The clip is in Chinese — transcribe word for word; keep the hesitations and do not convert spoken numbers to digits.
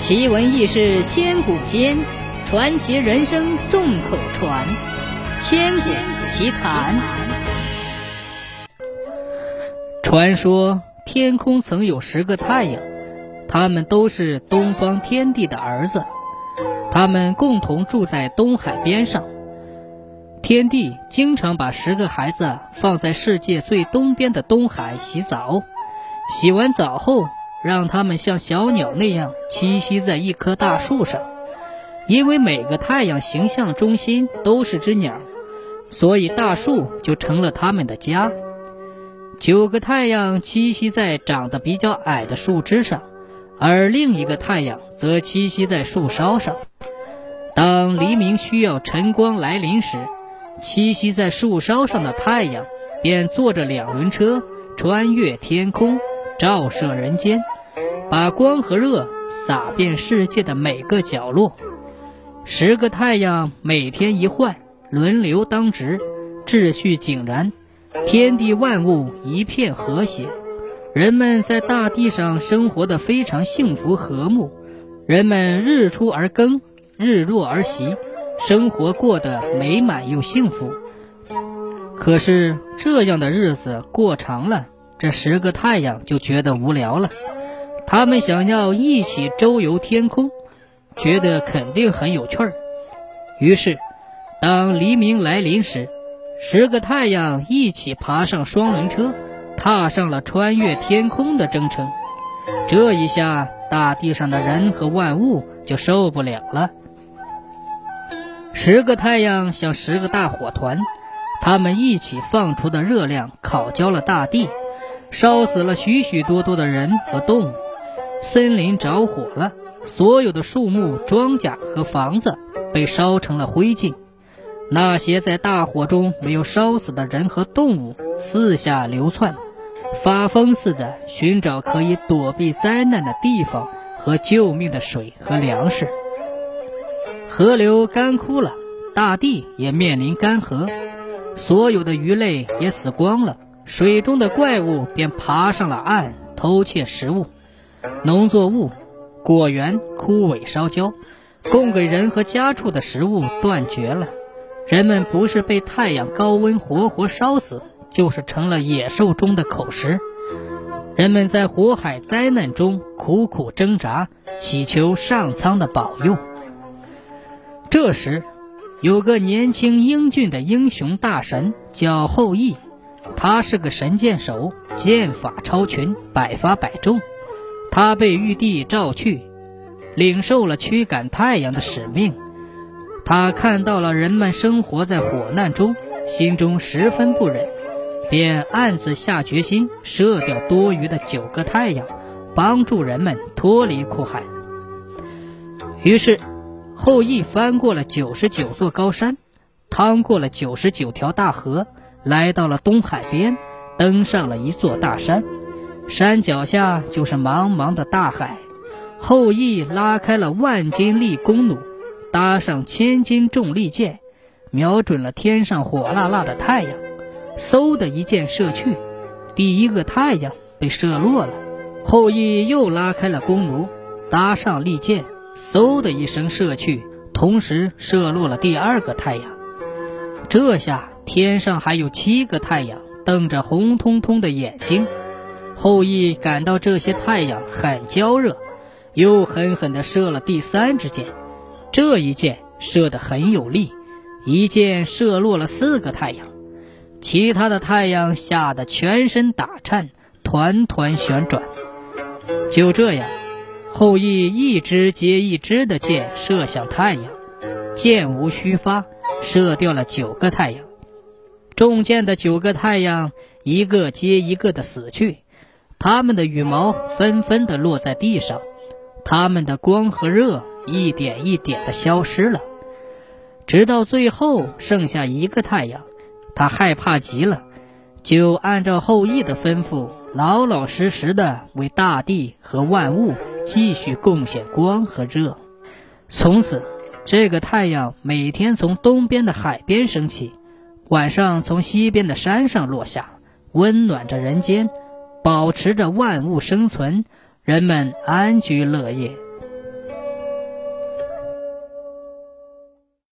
奇闻异事千古间，传奇人生众口传。千古奇谈。传说天空曾有十个太阳，他们都是东方天帝的儿子，他们共同住在东海边上。天帝经常把十个孩子放在世界最东边的东海洗澡，洗完澡后让他们像小鸟那样栖息在一棵大树上。因为每个太阳形象中心都是只鸟，所以大树就成了他们的家。九个太阳栖息在长得比较矮的树枝上，而另一个太阳则栖息在树梢上。当黎明需要晨光来临时，栖息在树梢上的太阳便坐着两轮车穿越天空，照射人间，把光和热洒遍世界的每个角落。十个太阳每天一换，轮流当值，秩序井然，天地万物一片和谐，人们在大地上生活得非常幸福和睦。人们日出而耕，日落而息，生活过得美满又幸福。可是这样的日子过长了，这十个太阳就觉得无聊了，他们想要一起周游天空，觉得肯定很有趣儿。于是当黎明来临时，十个太阳一起爬上双轮车，踏上了穿越天空的征程。这一下大地上的人和万物就受不了了。十个太阳像十个大火团，他们一起放出的热量烤焦了大地，烧死了许许多多的人和动物。森林着火了，所有的树木、庄稼和房子被烧成了灰烬。那些在大火中没有烧死的人和动物四下流窜，发疯似的寻找可以躲避灾难的地方和救命的水和粮食。河流干枯了，大地也面临干涸，所有的鱼类也死光了，水中的怪物便爬上了岸，偷窃食物。农作物、果园枯萎烧焦，供给人和家畜的食物断绝了。人们不是被太阳高温活活烧死，就是成了野兽中的口食。人们在火海灾难中苦苦挣扎，祈求上苍的保佑。这时有个年轻英俊的英雄大神叫后羿，他是个神箭手，剑法超群，百发百中。他被玉帝召去，领受了驱赶太阳的使命。他看到了人们生活在火难中，心中十分不忍，便暗自下决心射掉多余的九个太阳，帮助人们脱离苦海。于是后羿翻过了九十九座高山，趟过了九十九条大河，来到了东海边，登上了一座大山。山脚下就是茫茫的大海。后羿拉开了万斤力弓弩，搭上千斤重利箭，瞄准了天上火辣辣的太阳，嗖的一箭射去，第一个太阳被射落了。后羿又拉开了弓弩，搭上利箭，嗖的一声射去，同时射落了第二个太阳。这下天上还有七个太阳瞪着红彤彤的眼睛。后羿感到这些太阳很焦热，又狠狠地射了第三支箭。这一箭射得很有力，一箭射落了四个太阳。其他的太阳吓得全身打颤，团团旋转。就这样，后羿一支接一支的箭射向太阳，箭无虚发，射掉了九个太阳。中箭的九个太阳一个接一个的死去，它们的羽毛纷纷地落在地上，它们的光和热一点一点地消失了，直到最后剩下一个太阳。他害怕极了，就按照后羿的吩咐，老老实实地为大地和万物继续贡献光和热。从此这个太阳每天从东边的海边升起，晚上从西边的山上落下，温暖着人间，保持着万物生存，人们安居乐业。